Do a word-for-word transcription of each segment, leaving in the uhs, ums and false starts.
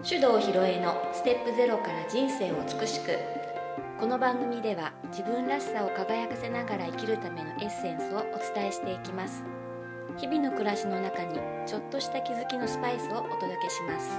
手動ひろえのステップゼロから人生を美しく。この番組では自分らしさを輝かせながら生きるためのエッセンスをお伝えしていきます。日々の暮らしの中にちょっとした気づきのスパイスをお届けします。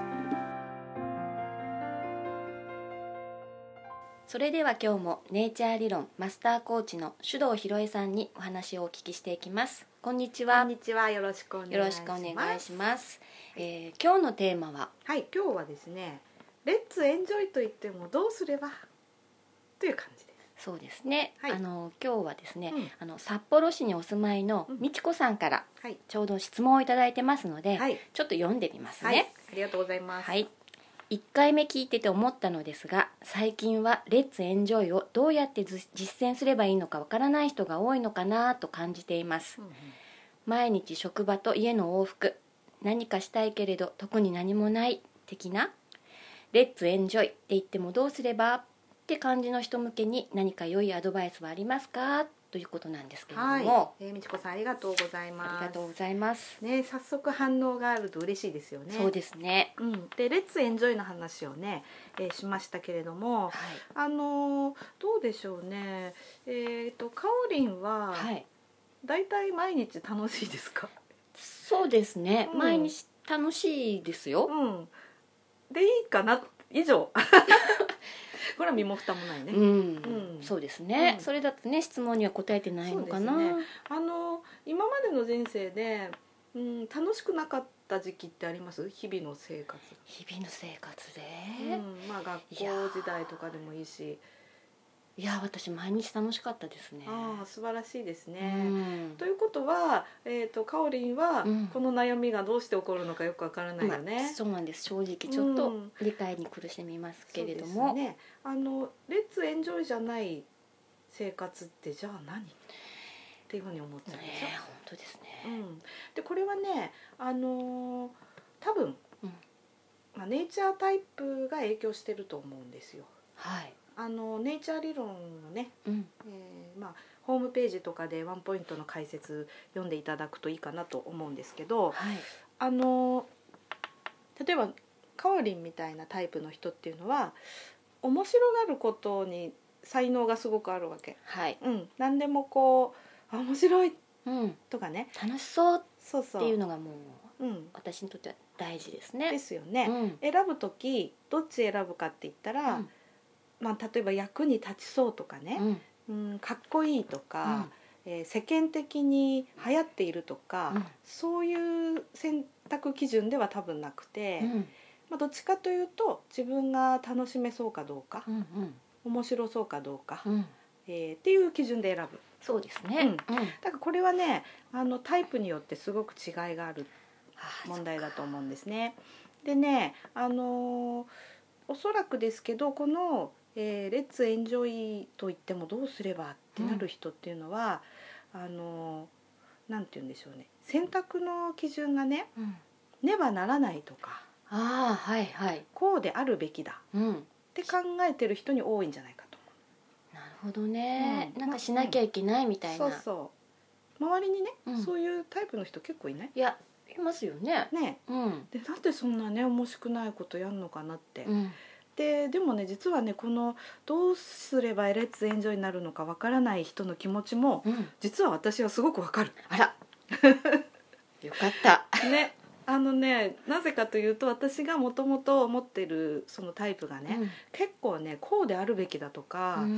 それでは今日もネイチャー理論マスターコーチの手動ひろえさんにお話をお聞きしていきます。こんにちは。 こんにちは。よろしくお願いします。 よろしくお願いします。えー、今日のテーマは、 はい、今日はですね、レッツエンジョイと言ってもどうすればという感じです。 そうですね、 はい、 あの今日はですね、 うん、 あの札幌市にお住まいのみちこさんからちょうど質問をいただいてますので、はい、ちょっと読んでみますね。 はい、ありがとうございます。 はい、いっかいめ聞いてて思ったのですが、最近はレッツエンジョイをどうやって実践すればいいのかわからない人が多いのかなと感じています、うんうん、毎日職場と家の往復、何かしたいけれど特に何もない的な、レッツエンジョイって言ってもどうすればって感じの人向けに何か良いアドバイスはありますかということなんですけれども、はい、 えー、みちこさんありがとうございます。 ありがとうございます、 ね、早速反応があると嬉しいですよね。 そうですね、 うん、でレッツエンジョイの話をね、えー、しましたけれども、はい、あのー、どうでしょうね、えーと、かおりんは、はい、だいたい毎日楽しいですか？ そうですね、うん、毎日楽しいですよ、 うん、でいいかな以上これは身も蓋もないね、 うんうん、そうですね、うん、それだとね質問には答えてないのかな。 そうですね、あの今までの人生で、うん、楽しくなかった時期ってあります？日々の生活日々の生活で、 うん、まあ学校時代とかでもいいし。 いや私毎日楽しかったですね。 ああ素晴らしいですね、うん、ということは、えーと、かおりんはこの悩みがどうして起こるのかよくわからないよね、 まあ、そうなんです。正直ちょっと理解に苦しみますけれども、うん、そうですね、 あのレッツエンジョイじゃない生活ってじゃあ何っていうふうに思っちゃうんでしょ、ね、 本当ですね、 うん、でこれはね、あのー、多分、うんまあ、ネイチャータイプが影響してると思うんですよ。 はい、 あのネイチャー理論をね、うんえーまあ、ホームページとかでワンポイントの解説読んでいただくといいかなと思うんですけど、はい、あの例えばかおりんみたいなタイプの人っていうのは面白がることに才能がすごくあるわけ、はいうん、何でもこう面白いとかね、 うん、楽しそうっていうのがもう、うん、私にとっては大事ですね。 ですよね、うん、選ぶときどっち選ぶかって言ったら、うんまあ、例えば役に立ちそうとかね、うんうん、かっこいいとか、うんえー、世間的に流行っているとか、うん、そういう選択基準では多分なくて、うんまあ、どっちかというと自分が楽しめそうかどうか、うんうん、面白そうかどうか、うんえー、っていう基準で選ぶ。 そうですね、 うん、だからこれはねあのタイプによってすごく違いがある問題だと思うんですね。でね、あのー、おそらくですけどこのえー、レッツエンジョイと言ってもどうすればってなる人っていうのは、うん、あのなんて言うんでしょうね、選択の基準がね、うん、ねばならないとかあ、はいはい、 こうであるべきだ、うん、って考えてる人に多いんじゃないかと思う。 なるほどね、うん、なんかしなきゃいけないみたいな、 うん、そうそう周りにね、うん、そういうタイプの人結構いない？ いやいますよね。 ね、うん、でなんでそんなね面白くないことやんのかなって、うんで, でもね実はねこのどうすればレッツエンジョイになるのかわからない人の気持ちも、うん、実は私はすごくわかる。 あらよかったね、あのねなぜかというと私がもともと持ってるそのタイプがね、うん、結構ねこうであるべきだとか、うん、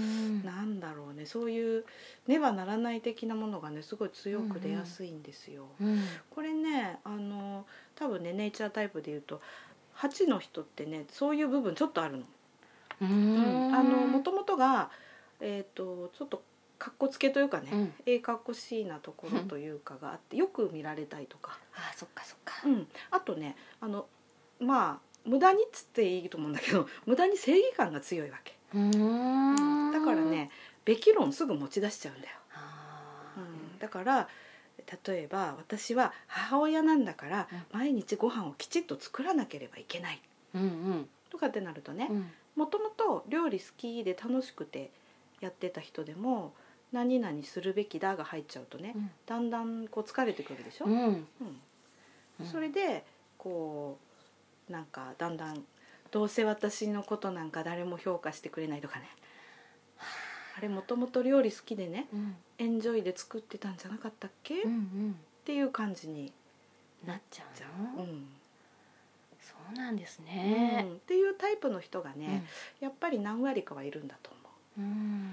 なんだろうねそういうねばならない的なものがねすごい強く出やすいんですよ、うんうん、これねあの多分ねネイチャータイプでいうとはちの人ってねそういう部分ちょっとあるの。うーん、うん、あの元々が、えーと、ちょっとかっこつけというかね、うん、ええかっこしいなところというかがあってよく見られたいとか、 あそっかそっか、 うん、あとねあのまあ無駄にっつっていいと思うんだけど無駄に正義感が強いわけ。うーん、うん、だからねべき論すぐ持ち出しちゃうんだよ、うん、だから例えば私は母親なんだから毎日ご飯をきちっと作らなければいけない、うんうん、とかってなるとね、もともと料理好きで楽しくてやってた人でも何々するべきだが入っちゃうとね、うん、だんだんこう疲れてくるでしょ、うんうん、それでこうなんかだんだんどうせ私のことなんか誰も評価してくれないとかね、あれもともと料理好きでね、 うん、 エンジョイで作ってたんじゃなかったっけ、 うんうん、 っていう感じになっちゃうの、 うん、 そうなんですね、 うん、っていうタイプの人がね、うん、やっぱり何割かはいるんだと思う、 うん、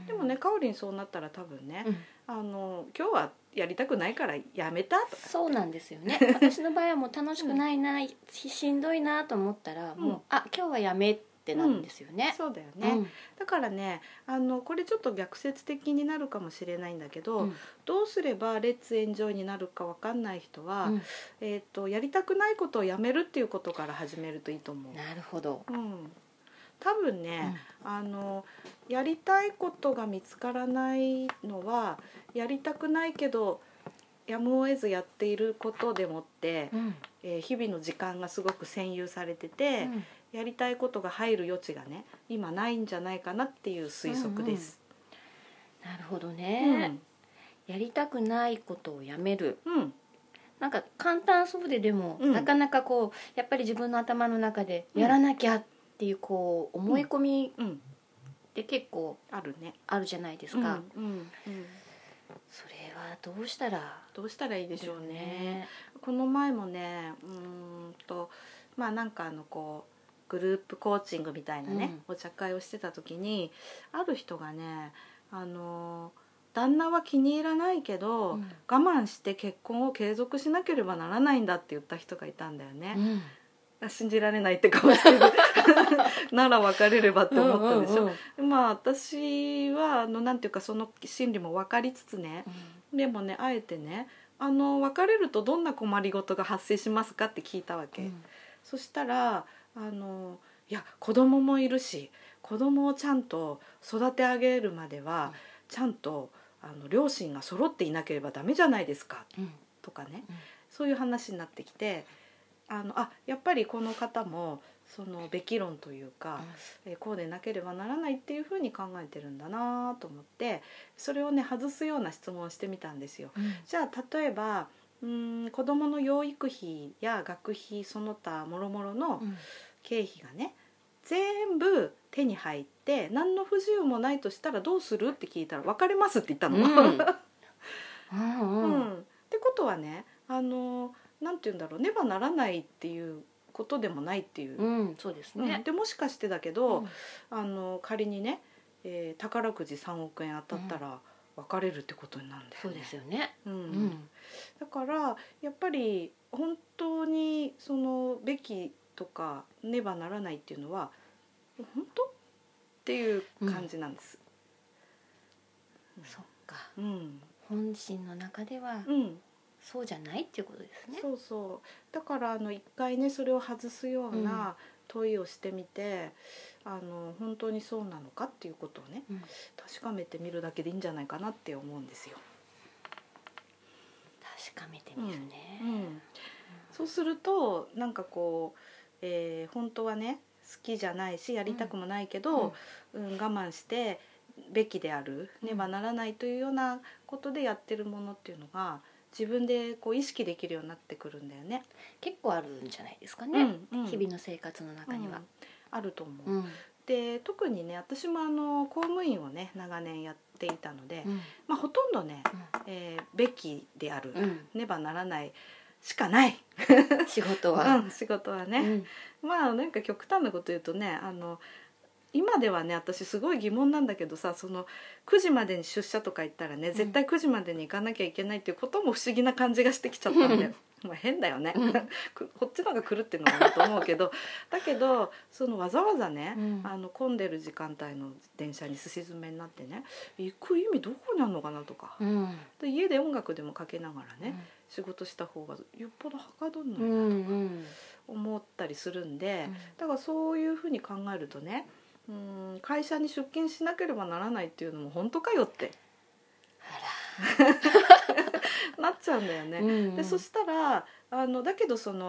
でもねかおりんそうなったら多分ね、 うん、 あの今日はやりたくないからやめたとか、 そうなんですよね私の場合はもう楽しくないな、うん、しんどいなと思ったらもう、うん、あ今日はやめってなるんですよね、 うん、そうだよね、うん、だからねあのこれちょっと逆説的になるかもしれないんだけど、うん、どうすればレッツエンジョイになるか分かんない人は、うん、えーと、やりたくないことをやめるっていうことから始めるといいと思う。 なるほど、 うん、多分ね、うん、あのやりたいことが見つからないのはやりたくないけどやむを得ずやっていることでもって、うん、えー、日々の時間がすごく占有されてて、うん、やりたいことが入る余地がね今ないんじゃないかなっていう推測です、 うんうん、なるほどね、うん、やりたくないことをやめる、うん、なんか簡単そうででも、うん、なかなかこうやっぱり自分の頭の中でやらなきゃっていうこう思い込みって結構あるね、 あるじゃないですか、 うんうんうん、 それはどうしたらどうしたらいいでしょうね。この前もねうーんとまあなんかあのこうグループコーチングみたいなね、うん、お茶会をしてた時にある人がねあの旦那は気に入らないけど、うん、我慢して結婚を継続しなければならないんだって言った人がいたんだよね、うん、信じられないって顔してるなら別れればって思ったでしょ、うんうんうん、まあ私はあのなんていうかその心理も分かりつつね、うん、でもねあえてねあの別れるとどんな困りごとが発生しますかって聞いたわけ、うん、そしたらあのいや子供もいるし子供をちゃんと育て上げるまでは、うん、ちゃんとあの両親が揃っていなければダメじゃないですか、うん、とかね、うん、そういう話になってきてあのあやっぱりこの方もそのべき論というか、うん、えこうでなければならないっていうふうに考えてるんだなと思ってそれをね外すような質問をしてみたんですよ、うん、じゃあ例えばうーん子どもの養育費や学費その他もろもろの経費がね、うん、全部手に入って何の不自由もないとしたらどうするって聞いたら別れますって言ったの、うんうんうん、ってことはねあのなんて言うんだろうねばならないっていうことでもないっていう、 うん、そうですね、 うん、でもしかしてだけど、うん、あの仮にね、えー、宝くじさんおくえん当たったら別れるってことになるんだよね、 そうですよね、 うんうん、だからやっぱり本当にそのべきとかねばならないっていうのは本当っていう感じなんです、 うん、そっか、 うん、 本心の中では、 うんそうじゃないっていうことですね。 そうそうだからあの一回ねそれを外すような問いをしてみて、うん、あの本当にそうなのかっていうことをね、うん、確かめてみるだけでいいんじゃないかなって思うんですよ。 確かめてみるね、 うんうん、そうするとなんかこう、えー、本当はね好きじゃないしやりたくもないけど、うんうん、我慢してべきであるねばならないというようなことでやってるものっていうのが自分でこう意識できるようになってくるんだよね。 結構あるんじゃないですかね、うんうん、日々の生活の中には、うん、 あると思う、うん、で特にね私もあの公務員をね長年やっていたので、うんまあ、ほとんどね、うんえー、べきである、うん、ねばならないしかない仕事は、 うん、仕事はね、うん、まあなんか極端なこと言うとねあの今ではね私すごい疑問なんだけどさそのくじまでに出社とか言ったらね絶対くじまでに行かなきゃいけないっていうことも不思議な感じがしてきちゃったんだよまあ変だよねこっちのが狂ってるのかなと思うけどだけどそのわざわざね、うん、あの混んでる時間帯の電車にすし詰めになってね行く意味どこにあるのかなとか、うん、で家で音楽でもかけながらね、うん、仕事した方がよっぽどはかどんないなとか思ったりするんで、うん、だからそういうふうに考えるとねうん会社に出勤しなければならないっていうのも本当かよってなっちゃうんだよね、うんうん、でそしたらあのだけどその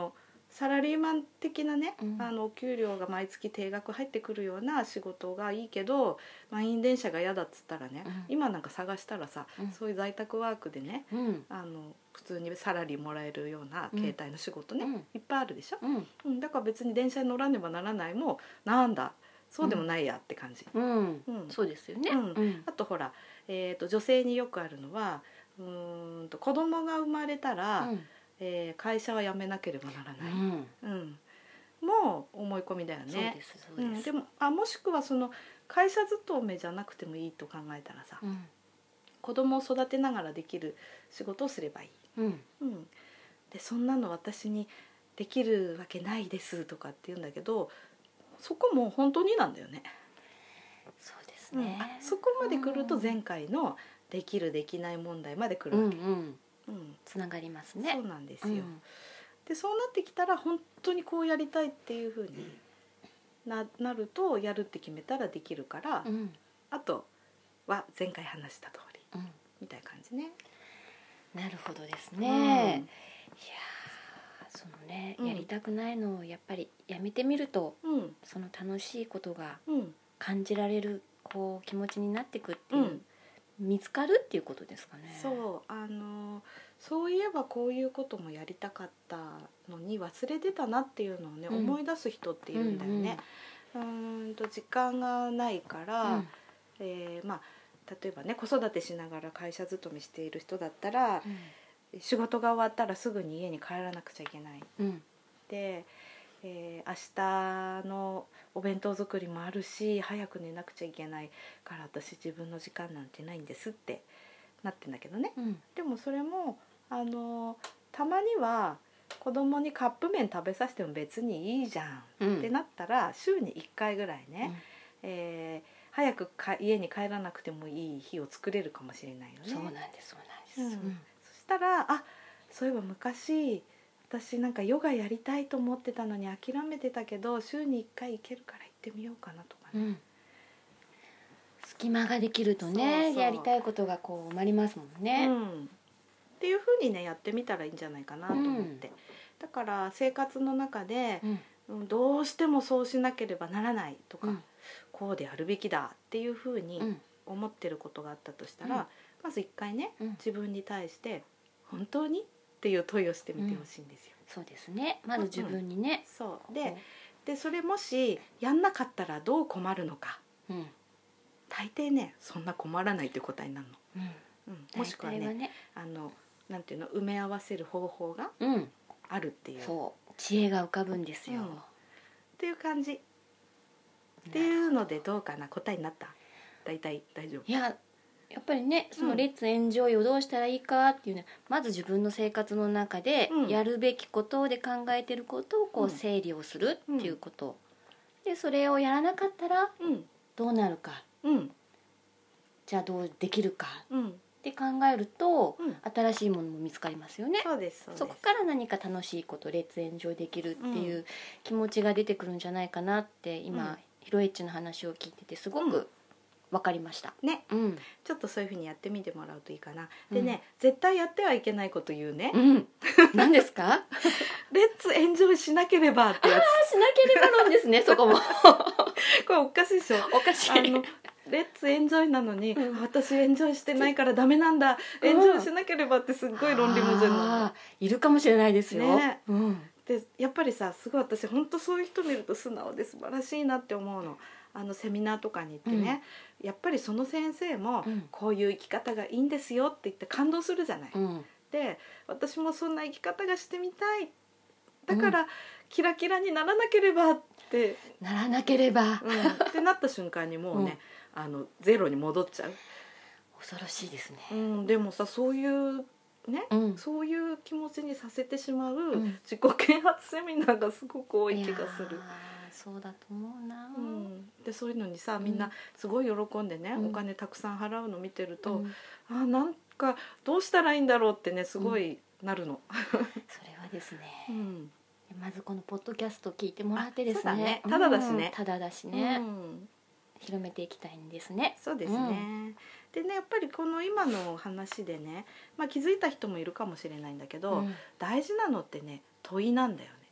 サラリーマン的なね、 うん、 あのお給料が毎月定額入ってくるような仕事がいいけど満員電車が嫌だっつったらね、うん、今なんか探したらさ、うん、そういう在宅ワークでね、うん、あの普通にサラリーもらえるような携帯の仕事ね、うん、いっぱいあるでしょ、うんうん、だから別に電車に乗らねばならないもなんだそうでもないやって感じ、 うんうんうん、そうですよね、うんうん、 あとほら、えーと、女性によくあるのはうーんと子供が生まれたら、うんえー、会社は辞めなければならない、うんうん、もう思い込みだよね。 そうですそうです、うん、 でもあもしくはその会社勤めじゃなくてもいいと考えたらさ、うん、子供を育てながらできる仕事をすればいい、うんうん、でそんなの私にできるわけないですとかって言うんだけどそこも本当になんだよね。 そうですね、 うん、そこまで来ると前回のできるできない問題まで来るわけ、うんうんうん、つながりますね。 そうなんですよ、うん、でそうなってきたら本当にこうやりたいっていう風に な, なるとやるって決めたらできるから、うん、あとは前回話した通り、うん、みたいな感じね。 なるほどですね、うん、いやそのね、うん、やりたくないのをやっぱりやめてみると、うん、その楽しいことが感じられるこう気持ちになっていくっていう、うん見つかるっていうことですかね。 そうあのそういえばこういうこともやりたかったのに忘れてたなっていうのをね、うん、思い出す人っているんだよね。うん、うん、うんと時間がないから、うんえー、まあ例えばね子育てしながら会社勤めしている人だったら、うん、仕事が終わったらすぐに家に帰らなくちゃいけない。うん、でえー、明日のお弁当作りもあるし早く寝なくちゃいけないから私自分の時間なんてないんですってなってんだけどね、うん、でもそれもあのたまには子供にカップ麺食べさせても別にいいじゃん、うん、ってなったら週にいっかいぐらいね、うんえー、早くか家に帰らなくてもいい日を作れるかもしれないよね。 そうなんですそうなんです、 うん、そしたらあそういえば昔私なんかヨガやりたいと思ってたのに諦めてたけど週にいっかい行けるから行ってみようかなとかね、うん、 隙間ができるとねそうそうやりたいことがこう埋まりますもんね、うん、 っていう風にねやってみたらいいんじゃないかなと思って、うん、だから生活の中で、うん、どうしてもそうしなければならないとか、うん、こうであるべきだっていう風に思ってることがあったとしたら、うん、まず一回ね、うん、自分に対して本当にっていう問いをしてみてほしいんですよ、 うん、そうですねまず自分にね、 うん、そうで、でそれもしやんなかったらどう困るのか、うん、大抵ねそんな困らないという答えになるの、うんうん、もしくは ね, はねあのなんていうの埋め合わせる方法があるっていう、うん、 そう知恵が浮かぶんですよ、うん、 っていう感じっていうのでどうかな答えになった？大体大丈夫？ いややっぱりねそのレッツエンジョイをどうしたらいいかっていうのは、うん、まず自分の生活の中でやるべきことで考えてることをこう整理をするっていうこと、うん、でそれをやらなかったらどうなるか、うん、じゃあどうできるか、うんって考えると、うん、新しいものも見つかりますよね。 そうですそうです。 そこから何か楽しいことレッツエンジョイできるっていう気持ちが出てくるんじゃないかなって今、うん、ヒロエッチの話を聞いててすごく分かりましたね、うん、ちょっとそういう風にやってみてもらうといいかな、うん、でね絶対やってはいけないこと言うね、 うん、何ですかレッツエンジョイしなければってやつ。あーしなければなんですねそこもこれおかしいでしょ。 おかしい。 あのレッツエンジョイなのに、うん、私エンジョイしてないからダメなんだ、うん、エンジョイしなければってすっごい論理矛盾なのいるかもしれないですよ、 ねうん、でやっぱりさすごい私本当そういう人見ると素直で素晴らしいなって思うの。あのセミナーとかに行ってね、うん、やっぱりその先生も、うん、こういう生き方がいいんですよって言って感動するじゃない、うん、で私もそんな生き方がしてみたいだから、うん、キラキラにならなければってならなければ、うん、 ってなった瞬間にもうね、うん、あのゼロに戻っちゃう。 恐ろしいですね、 うん、でもさそういうね、うん、そういう気持ちにさせてしまう自己啓発セミナーがすごく多い気がする。 そうだと思うな、 うん、でそういうのにさみんなすごい喜んでね、うん、お金たくさん払うの見てると、うん、あなんかどうしたらいいんだろうってねすごいなるの、うん、 それはですね、うん、まずこのポッドキャスト聞いてもらってですね、 ねただだしね、 うん、ただだしね、うん、広めていきたいんですね。 そうですね、うん、でねやっぱりこの今の話でね、まあ、気づいた人もいるかもしれないんだけど、うん、大事なのってね問いなんだよね。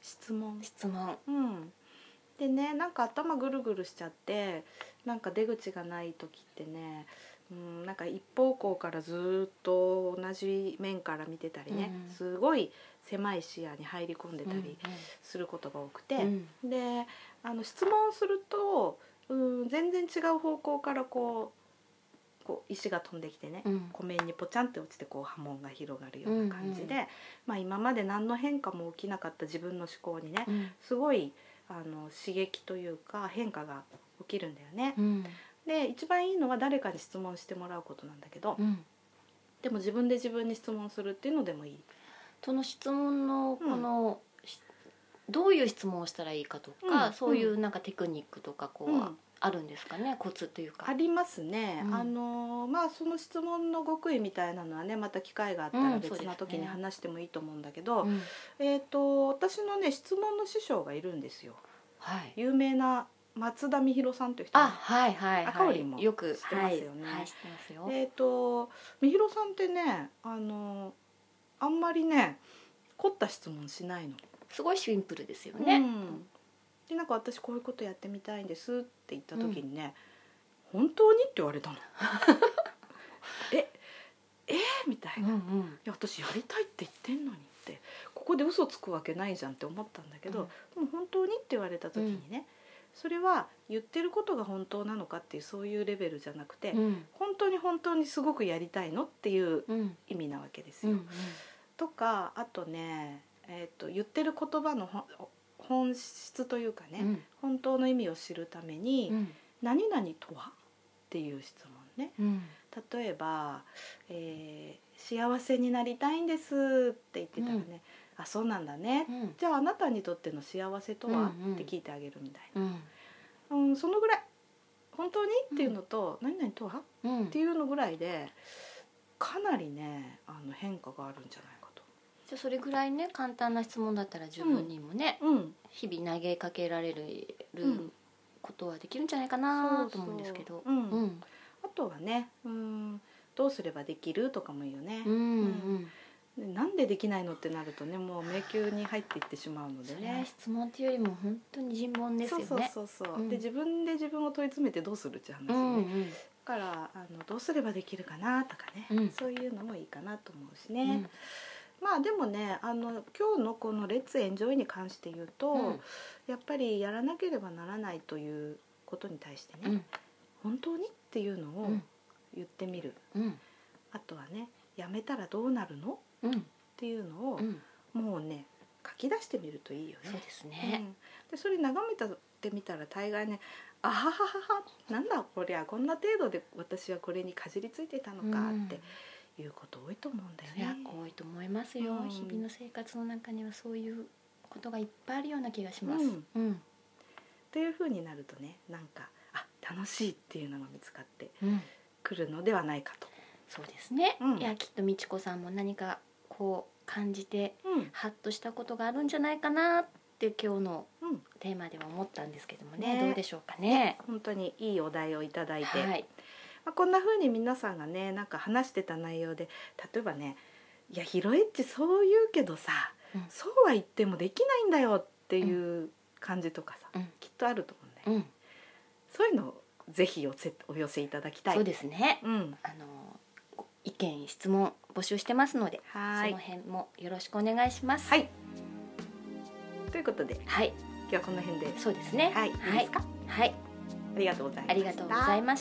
質問質問、 うん、でね、なんか頭ぐるぐるしちゃってなんか出口がない時ってね、うん、なんか一方向からずっと同じ面から見てたりね、うん、すごい狭い視野に入り込んでたりすることが多くて、うんうん、であの質問すると、うん、全然違う方向からこうこう石が飛んできてね、うん、湖面にポチャンって落ちてこう波紋が広がるような感じで、うんうん、まあ、今まで何の変化も起きなかった自分の思考にね、うん、すごいあの刺激というか変化が起きるんだよね。うん、で一番いいのは誰かに質問してもらうことなんだけど、うん、でも自分で自分に質問するっていうのでもいい。 その質問のこの、うん、どういう質問をしたらいいかとか、うん、そういうなんかテクニックとかこう、うん、あるんですかね、コツというか。 ありますね、うん、あのまあその質問の極意みたいなのはね、また機会があったら別な時に話してもいいと思うんだけど、うん、えーと、私のね質問の師匠がいるんですよ、はい、有名な松田美弘さんという人、ね、 あ、はいはいはい、 かおりんもよく知ってますよね、 はいはい、知ってますよ。 えーと美弘さんってね、あのあんまりね凝った質問しないの。 すごいシンプルですよね、うん、 でなんか私こういうことやってみたいんですって言った時にね、うん、本当にって言われたのええー、みたいな、うんうん、いや私やりたいって言ってんのにってここで嘘つくわけないじゃんって思ったんだけど、うん、でも本当にって言われた時にね、うん、それは言ってることが本当なのかっていうそういうレベルじゃなくて、うん、本当に本当にすごくやりたいのっていう意味なわけですよ、うんうんうん、とかあとね、えーと、言ってる言葉の本質というかね、うん、本当の意味を知るために、うん、何々とはっていう質問ね、うん、例えば、えー、幸せになりたいんですって言ってたらね、うん、あ、そうなんだね、うん、じゃああなたにとっての幸せとは、うんうん、って聞いてあげるみたいな、うんうん、そのぐらい本当にっていうのと、うん、何々とは、うん、っていうのぐらいでかなりねあの変化があるんじゃないかと。 じゃあそれぐらいね簡単な質問だったら自分にもね、うん、日々投げかけられることはできるんじゃないかなと思うんですけど、 うんうん、あとはね、うん、どうすればできるとかもいいよね、うんうんうん、なんでできないのってなるとねもう迷宮に入っていってしまうのでね、 質問っていうよりも本当に尋問ですよね。 そうそうそうそう、うん、で自分で自分を問い詰めてどうするって話ね、うんうん、だからあのどうすればできるかなとかね、うん、そういうのもいいかなと思うしね、うん、まあでもねあの今日のこのレッツエンジョイに関して言うと、うん、やっぱりやらなければならないということに対してね、うん、本当にっていうのを言ってみる、うん、あとはねやめたらどうなるの、うん、っていうのを、うん、もうね書き出してみるといいよね。 そうですね、 うん、でそれ眺めてみたら大概ねあははははなんだこりゃこんな程度で私はこれにかじりついてたのかっていうこと多いと思うんだよね。 いや多いと思いますよ、うん、日々の生活の中にはそういうことがいっぱいあるような気がします、うんうん、 っていう風になるとねなんかあ楽しいっていうのが見つかってくるのではないかと、 そうですね、うん、いやきっと美智子さんも何かこう感じて、うん、ハッとしたことがあるんじゃないかなって今日のテーマでは思ったんですけどもね、ねどうでしょうかね。 本当にいいお題をいただいて、はい、まあ、こんな風に皆さんがねなんか話してた内容で例えばねいやヒロエッチそう言うけどさ、うん、そうは言ってもできないんだよっていう感じとかさ、うん、きっとあると思うんだよ、うん、そういうのをぜひおせお寄せいただきたい。 そうですね、うん、あの意見質問募集してますのでその辺もよろしくお願いします。 はい、ということで、はい、今日はこの辺で。 そうですね、 はい、いいですか。 はい、 ありがとうございました。 ありがとうございました。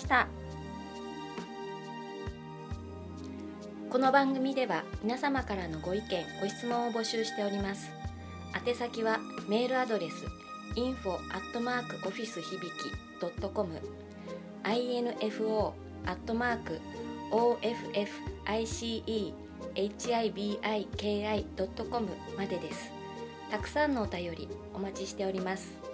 この番組では皆様からのご意見ご質問を募集しております。宛先はメールアドレス インフォ アットマーク オフィス響き ドットコム インフォ アットマーク オーエフエフアイシーイーエイチアイビーアイケーアイ ドットコム までです。たくさんのお便りお待ちしております。